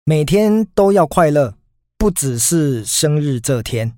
每天都要快乐，不只是生日这天。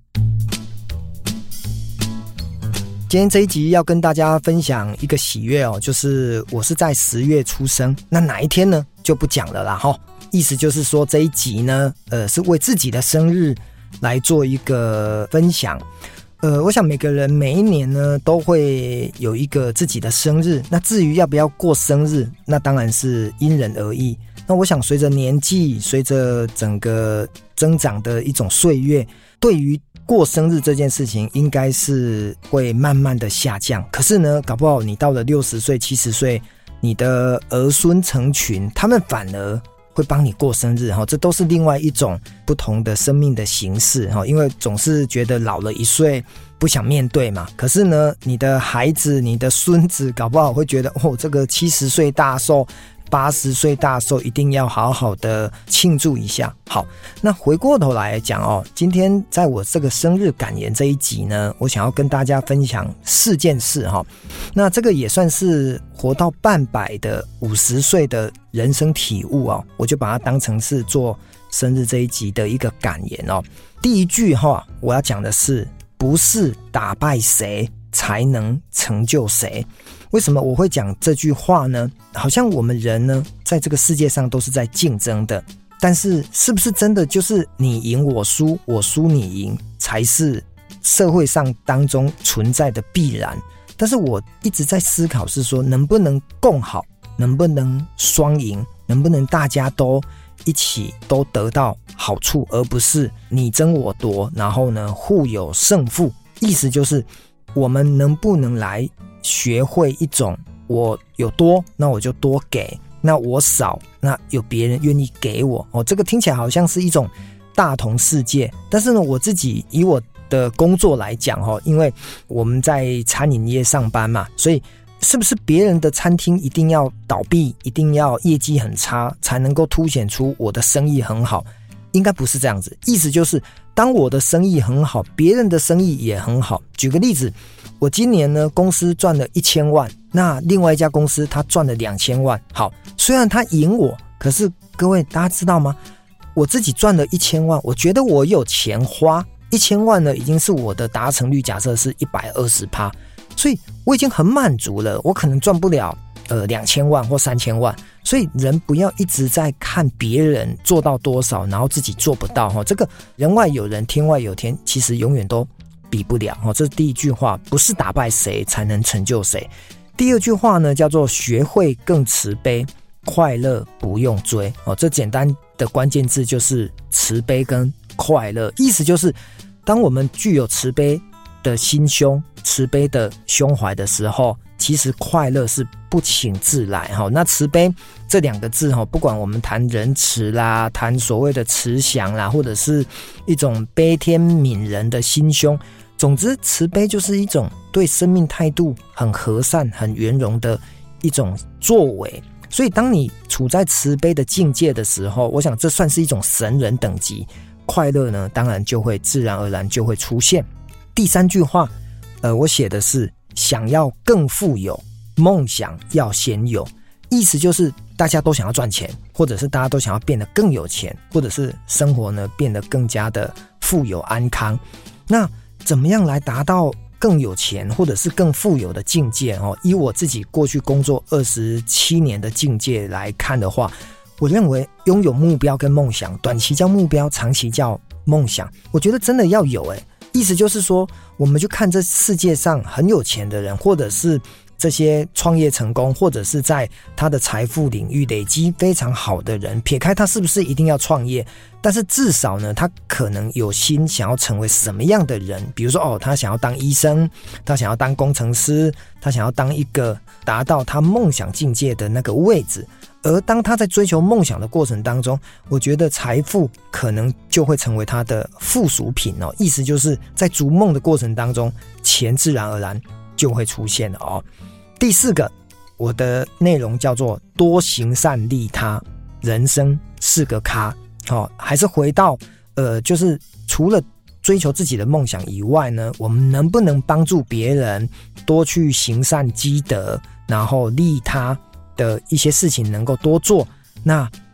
今天这一集要跟大家分享一个喜悦哦，就是我是在10月出生，那哪一天呢就不讲了啦齁。意思就是说这一集呢，是为自己的生日来做一个分享。我想每个人每一年呢都会有一个自己的生日，那至于要不要过生日，那当然是因人而异。那我想随着年纪，随着整个增长的一种岁月，对于过生日这件事情应该是会慢慢的下降。可是呢，搞不好你到了60岁、70岁，你的儿孙成群，他们反而会帮你过生日，这都是另外一种不同的生命的形式，因为总是觉得老了1岁不想面对嘛。可是呢，你的孩子、你的孙子搞不好会觉得，这个70岁大寿、80岁大寿一定要好好的庆祝一下。好，那回过头来讲今天在我这个生日感言这一集呢，我想要跟大家分享4件事那这个也算是活到半百的50岁的人生体悟我就把它当成是做生日这一集的一个感言第一句我要讲的是，不是打败谁才能成就谁。为什么我会讲这句话呢？好像我们人呢，在这个世界上都是在竞争的，但是是不是真的就是你赢我输，我输你赢，才是社会上当中存在的必然？但是我一直在思考是说，能不能共好，能不能双赢，能不能大家都一起都得到好处，而不是你争我夺，然后呢互有胜负。意思就是我们能不能来学会一种，我有多那我就多给，那我少那有别人愿意给我这个听起来好像是一种大同世界。但是呢，我自己以我的工作来讲因为我们在餐饮业上班嘛，所以是不是别人的餐厅一定要倒闭，一定要业绩很差才能够凸显出我的生意很好？应该不是这样子。意思就是当我的生意很好，别人的生意也很好。举个例子，我今年呢公司赚了1000万，那另外一家公司他赚了2000万。好，虽然他赢我，可是各位大家知道吗？我自己赚了1000万，我觉得我有钱花，1000万呢已经是我的达成率，假设是120%，所以我已经很满足了。我可能赚不了2000万或3000万，所以人不要一直在看别人做到多少，然后自己做不到这个人外有人，天外有天，其实永远都比不了这是第一句话，不是打败谁才能成就谁。第二句话呢，叫做学会更慈悲，快乐不用追这简单的关键字就是慈悲跟快乐。意思就是当我们具有慈悲的心胸、慈悲的胸怀的时候，其实快乐是不请自来那慈悲这2个字不管我们谈仁慈啦，谈所谓的慈祥啦，或者是一种悲天悯人的心胸，总之慈悲就是一种对生命态度很和善、很圆融的一种作为。所以当你处在慈悲的境界的时候，我想这算是一种神人等级，快乐呢当然就会自然而然就会出现。第3句话我写的是，想要更富有，梦想要先有。意思就是大家都想要赚钱，或者是大家都想要变得更有钱，或者是生活呢变得更加的富有安康。那怎么样来达到更有钱或者是更富有的境界以我自己过去工作27年的境界来看的话，我认为拥有目标跟梦想，短期叫目标，长期叫梦想，我觉得真的要有意思就是说，我们就看这世界上很有钱的人，或者是这些创业成功，或者是在他的财富领域累积非常好的人，撇开他是不是一定要创业，但是至少呢，他可能有心想要成为什么样的人。比如说他想要当医生，他想要当工程师，他想要当一个达到他梦想境界的那个位置。而当他在追求梦想的过程当中，我觉得财富可能就会成为他的附属品意思就是在逐梦的过程当中，钱自然而然就会出现了第4个，我的内容叫做多行善利他，人生是个咖还是回到就是除了追求自己的梦想以外呢，我们能不能帮助别人，多去行善积德，然后利他的一些事情能够多做，那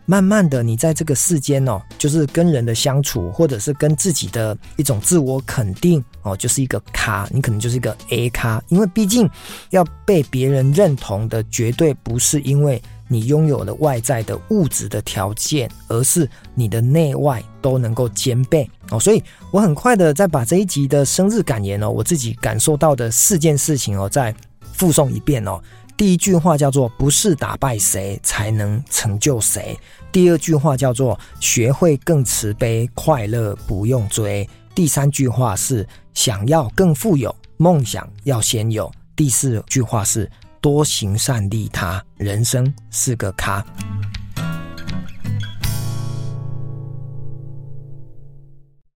慢慢的你在这个世间就是跟人的相处，或者是跟自己的一种自我肯定就是一个咖，你可能就是一个 A 咖。因为毕竟要被别人认同的绝对不是因为你拥有了外在的物质的条件，而是你的内外都能够兼备所以我很快的再把这一集的生日感言我自己感受到的4件事情再复诵一遍第一句话叫做不是打败谁才能成就谁，第二句话叫做学会更慈悲，快乐不用追，第3句话是想要更富有，梦想要先有，第4句话是多行善利他，人生是个咖。